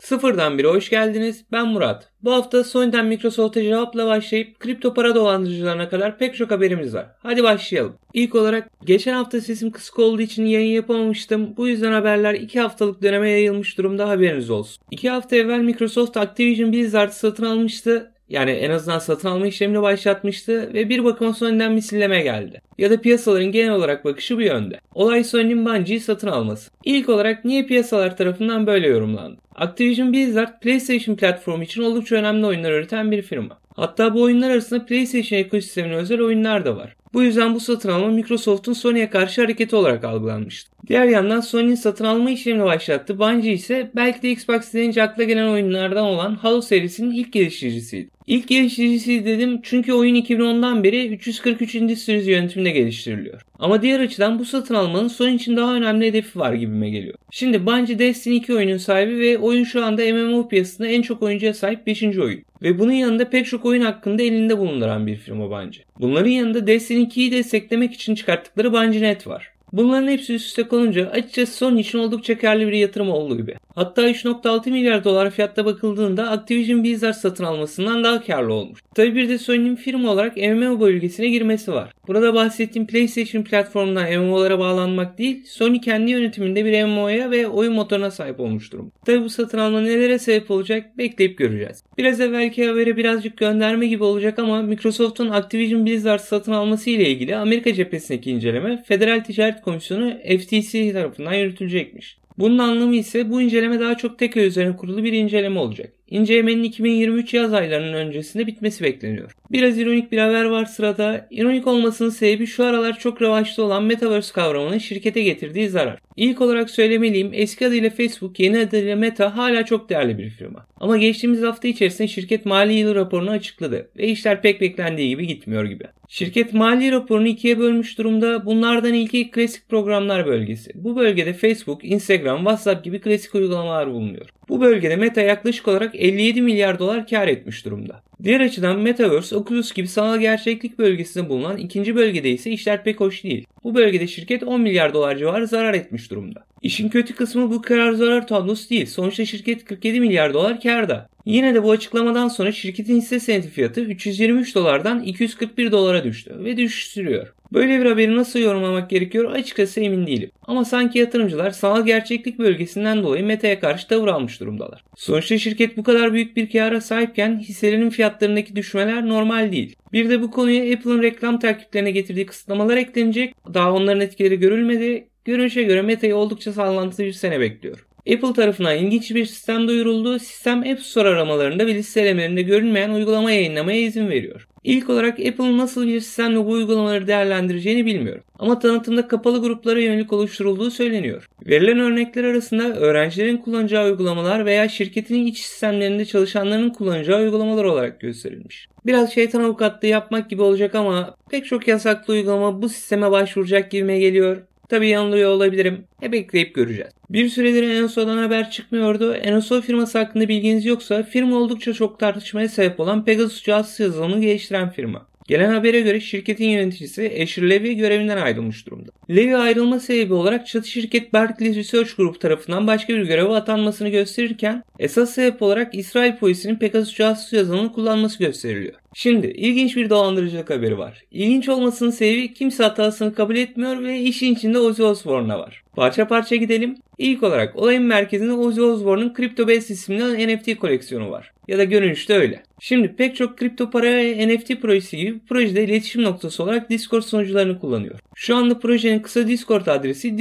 Sıfırdan bire hoş geldiniz. Ben Murat. Bu hafta Sony'den Microsoft'a cevapla başlayıp kripto para dolandırıcılarına kadar pek çok haberimiz var. Hadi başlayalım. İlk olarak geçen hafta sesim kısık olduğu için yayın yapamamıştım. Bu yüzden haberler 2 haftalık döneme yayılmış durumda, haberiniz olsun. 2 hafta evvel Microsoft Activision Blizzard'ı satın almıştı. Yani en azından satın alma işlemini başlatmıştı ve bir bakıma Sony'den misilleme geldi. Ya da piyasaların genel olarak bakışı bu yönde. Olay Sony'nin Bungie'yi satın alması. İlk olarak niye piyasalar tarafından böyle yorumlandı? Activision Blizzard, PlayStation platformu için oldukça önemli oyunlar üreten bir firma. Hatta bu oyunlar arasında PlayStation ekosistemine özel oyunlar da var. Bu yüzden bu satın alma Microsoft'un Sony'ye karşı hareketi olarak algılanmıştı. Diğer yandan Sony'nin satın alma işlemini başlattı. Bungie ise belki de Xbox denince akla gelen oyunlardan olan Halo serisinin ilk geliştiricisiydi. İlk geliştiricisi dedim çünkü oyun 2010'dan beri 343. sürücü yönetiminde geliştiriliyor. Ama diğer açıdan bu satın almanın Sony için daha önemli hedefi var gibime geliyor. Şimdi Bungie Destiny 2 oyunun sahibi ve oyun şu anda MMO piyasasında en çok oyuncuya sahip 5. oyun. Ve bunun yanında pek çok oyun hakkında elinde bulunduran bir firma Bungie. Bunların yanında Destiny 2'yi desteklemek için çıkarttıkları Bungie.net var. Bunların hepsi üst üste konunca açıkçası Sony için oldukça karlı bir yatırım olduğu gibi. Hatta 3.6 milyar dolar fiyatta bakıldığında Activision Blizzard satın almasından daha karlı olmuş. Tabi bir de Sony'nin firma olarak MMO bölgesine girmesi var. Burada bahsettiğim PlayStation platformundan MMO'lara bağlanmak değil, Sony kendi yönetiminde bir MMO'ya ve oyun motoruna sahip olmuş durum. Tabi bu satın alma nelere sebep olacak bekleyip göreceğiz. Biraz evvelki habere birazcık gönderme gibi olacak ama Microsoft'un Activision Blizzard satın alması ile ilgili Amerika cephesindeki inceleme Federal Ticaret Komisyonu FTC tarafından yürütülecekmiş. Bunun anlamı ise bu inceleme daha çok tek üzerine kurulu bir inceleme olacak. İncelemenin 2023 yaz aylarının öncesinde bitmesi bekleniyor. Biraz ironik bir haber var sırada. İronik olmasının sebebi şu aralar çok revaçta olan Metaverse kavramının şirkete getirdiği zarar. İlk olarak söylemeliyim, eski adıyla Facebook, yeni adıyla Meta hala çok değerli bir firma. Ama geçtiğimiz hafta içerisinde şirket mali yılı raporunu açıkladı ve işler pek beklendiği gibi gitmiyor gibi. Şirket mali raporunu ikiye bölmüş durumda. Bunlardan ilki klasik programlar bölgesi. Bu bölgede Facebook, Instagram, WhatsApp gibi klasik uygulamalar bulunuyor. Bu bölgede Meta yaklaşık olarak 57 milyar dolar kar etmiş durumda. Diğer açıdan Metaverse, Oculus gibi sanal gerçeklik bölgesinde bulunan ikinci bölgede ise işler pek hoş değil. Bu bölgede şirket 10 milyar dolar civarı zarar etmiş durumda. İşin kötü kısmı bu karar zarar tablosu değil. Sonuçta şirket 47 milyar dolar kârda. Yine de bu açıklamadan sonra şirketin hisse senedi fiyatı 323 dolardan 241 dolara düştü ve düşüş sürüyor. Böyle bir haberi nasıl yorumlamak gerekiyor açıkçası emin değilim. Ama sanki yatırımcılar sanal gerçeklik bölgesinden dolayı Meta'ya karşı tavır almış durumdalar. Sonuçta şirket bu kadar büyük bir kâra sahipken hisselerinin fiyatlarındaki düşmeler normal değil. Bir de bu konuya Apple'ın reklam takiplerine getirdiği kısıtlamalar eklenecek. Daha onların etkileri görülmedi. Görünüşe göre Meta'yı oldukça sallantılı bir sene bekliyor. Apple tarafından ilginç bir sistem duyuruldu. Sistem App Store aramalarında ve listelemelerinde görünmeyen uygulama yayınlamaya izin veriyor. İlk olarak Apple'ın nasıl bir sistemle bu uygulamaları değerlendireceğini bilmiyorum. Ama tanıtımda kapalı gruplara yönelik oluşturulduğu söyleniyor. Verilen örnekler arasında öğrencilerin kullanacağı uygulamalar veya şirketin iç sistemlerinde çalışanların kullanacağı uygulamalar olarak gösterilmiş. Biraz şeytan avukatlığı yapmak gibi olacak ama pek çok yasaklı uygulama bu sisteme başvuracak gibime geliyor. Tabii yanılıyor olabilirim. Bekleyip göreceğiz. Bir süredir NSO'dan haber çıkmıyordu. NSO firması hakkında bilginiz yoksa firma oldukça çok tartışmaya sebep olan Pegasus casus yazılımını geliştiren firma. Gelen habere göre şirketin yöneticisi Asher Levy görevinden ayrılmış durumda. Levy ayrılma sebebi olarak çatı şirket Berkeley Research Group tarafından başka bir göreve atanmasını gösterirken esas sebep olarak İsrail polisinin Pegasus casus yazılımını kullanması gösteriliyor. Şimdi ilginç bir dolandırıcılık haberi var. İlginç olmasının sebebi kimse hatasını kabul etmiyor ve işin içinde Ozzy Osbourne'a var. Parça parça gidelim. İlk olarak olayın merkezinde Ozzy Osbourne'un CryptoBase isimli NFT koleksiyonu var. Ya da görünüşte öyle. Şimdi pek çok kripto para ve NFT projesi gibi projede iletişim noktası olarak Discord sunucularını kullanıyor. Şu anda projenin kısa Discord adresi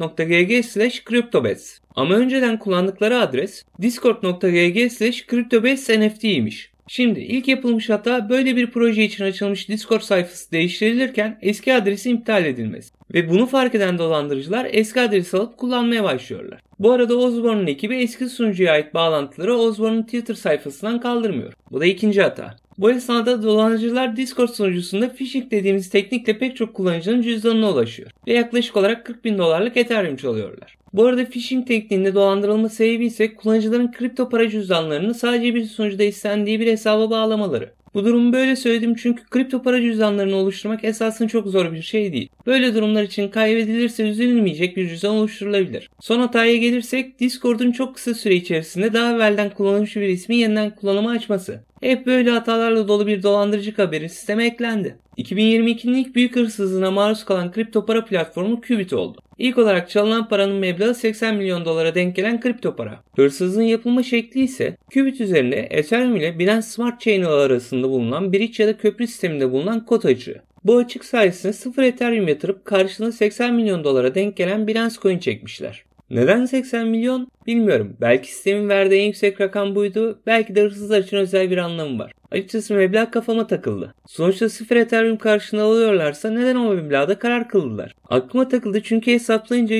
discord.gg/CryptoBase. Ama önceden kullandıkları adres discord.gg/CryptoBaseNFT'ymiş. Şimdi ilk yapılmış hata böyle bir proje için açılmış Discord sayfası değiştirilirken eski adresi iptal edilmesi. Ve bunu fark eden dolandırıcılar eski adresi alıp kullanmaya başlıyorlar. Bu arada Osbourne'un ekibi eski sunucuya ait bağlantıları Osbourne'un Twitter sayfasından kaldırmıyor. Bu da ikinci hata. Bu esnada dolandırıcılar Discord sunucusunda phishing dediğimiz teknikle pek çok kullanıcının cüzdanına ulaşıyor ve yaklaşık olarak $40.000 Ethereum çalıyorlar. Bu arada phishing tekniğinde dolandırılma sebebi ise kullanıcıların kripto para cüzdanlarını sadece bir sunucuda istendiği bir hesaba bağlamaları. Bu durumu böyle söyledim çünkü kripto para cüzdanlarını oluşturmak esasında çok zor bir şey değil. Böyle durumlar için kaybedilirse üzülmeyecek bir cüzdan oluşturulabilir. Son hataya gelirsek Discord'un çok kısa süre içerisinde daha evvelden kullanılmış bir ismi yeniden kullanıma açması. Hep böyle hatalarla dolu bir dolandırıcı haberi sisteme eklendi. 2022'nin ilk büyük hırsızlığına maruz kalan kripto para platformu Qubit oldu. İlk olarak çalınan paranın meblağı $80 milyon denk gelen kripto para. Hırsızlığın yapılma şekli ise Qubit üzerinde Ethereum ile Binance Smart Chain ağı arasında bulunan bridge ya da köprü sisteminde bulunan kod açığı. Bu açık sayesinde 0 Ethereum yatırıp karşılığında $80 milyon denk gelen Binance Coin çekmişler. Neden 80 milyon? Bilmiyorum. Belki sistemin verdiği en yüksek rakam buydu. Belki de hırsızlar için özel bir anlamı var. Açıkçası meblağ kafama takıldı. Sonuçta 0 Ethereum karşılığında alıyorlarsa neden o meblağda karar kıldılar? Aklıma takıldı çünkü hesaplayınca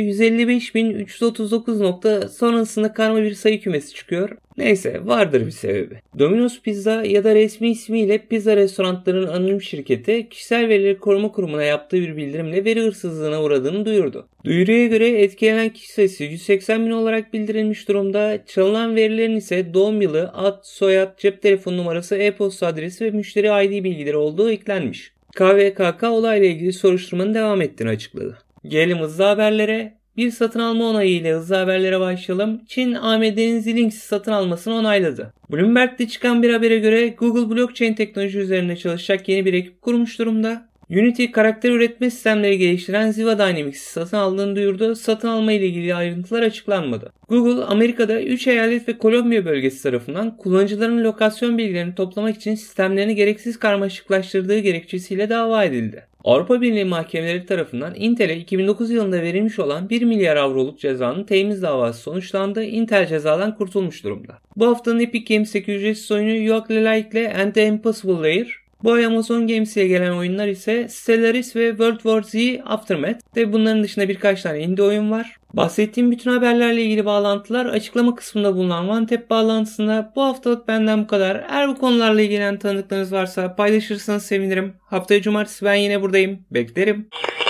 155.339 nokta sonrasında karma bir sayı kümesi çıkıyor. Neyse, vardır bir sebebi. Domino's Pizza ya da resmi ismiyle Pizza Restoranların Anonim Şirketi, Kişisel Verileri Koruma Kurumu'na yaptığı bir bildirimle veri hırsızlığına uğradığını duyurdu. Duyuruya göre etkilenen kişi sayısı 180 bin olarak bildirilmiş durumda. Çalınan verilerin ise doğum yılı, ad, soyad, cep telefonu numarası, e-posta adresi ve müşteri ID bilgileri olduğu eklenmiş. KVKK olayla ilgili soruşturmanın devam ettiğini açıkladı. Gelelim hızlı haberlere. Bir satın alma onayı ile hızlı haberlere başlayalım. Çin, AMD'nin Xilinx'i satın almasını onayladı. Bloomberg'de çıkan bir habere göre Google blockchain teknoloji üzerine çalışacak yeni bir ekip kurmuş durumda. Unity karakter üretme sistemleri geliştiren Ziva Dynamics'i satın aldığını duyurdu. Satın alma ile ilgili ayrıntılar açıklanmadı. Google, Amerika'da 3 eyalet ve Kolombiya bölgesi tarafından kullanıcıların lokasyon bilgilerini toplamak için sistemlerini gereksiz karmaşıklaştırdığı gerekçesiyle dava edildi. Avrupa Birliği mahkemeleri tarafından Intel'e 2009 yılında verilmiş olan 1 milyar avroluk cezanın temiz davası sonuçlandı. Intel cezadan kurtulmuş durumda. Bu haftanın Epic Games'teki ücretsiz oyunu Yooka-Laylee ile And the Impossible Lair. Bu ay Amazon Games ile gelen oyunlar ise Stellaris ve World War Z Aftermath ve bunların dışında birkaç tane indie oyun var. Bahsettiğim bütün haberlerle ilgili bağlantılar açıklama kısmında bulunan OneTap bağlantısında. Bu haftalık benden bu kadar. Eğer bu konularla ilgilenen tanıdıklarınız varsa paylaşırsanız sevinirim. Haftaya cumartesi ben yine buradayım. Beklerim.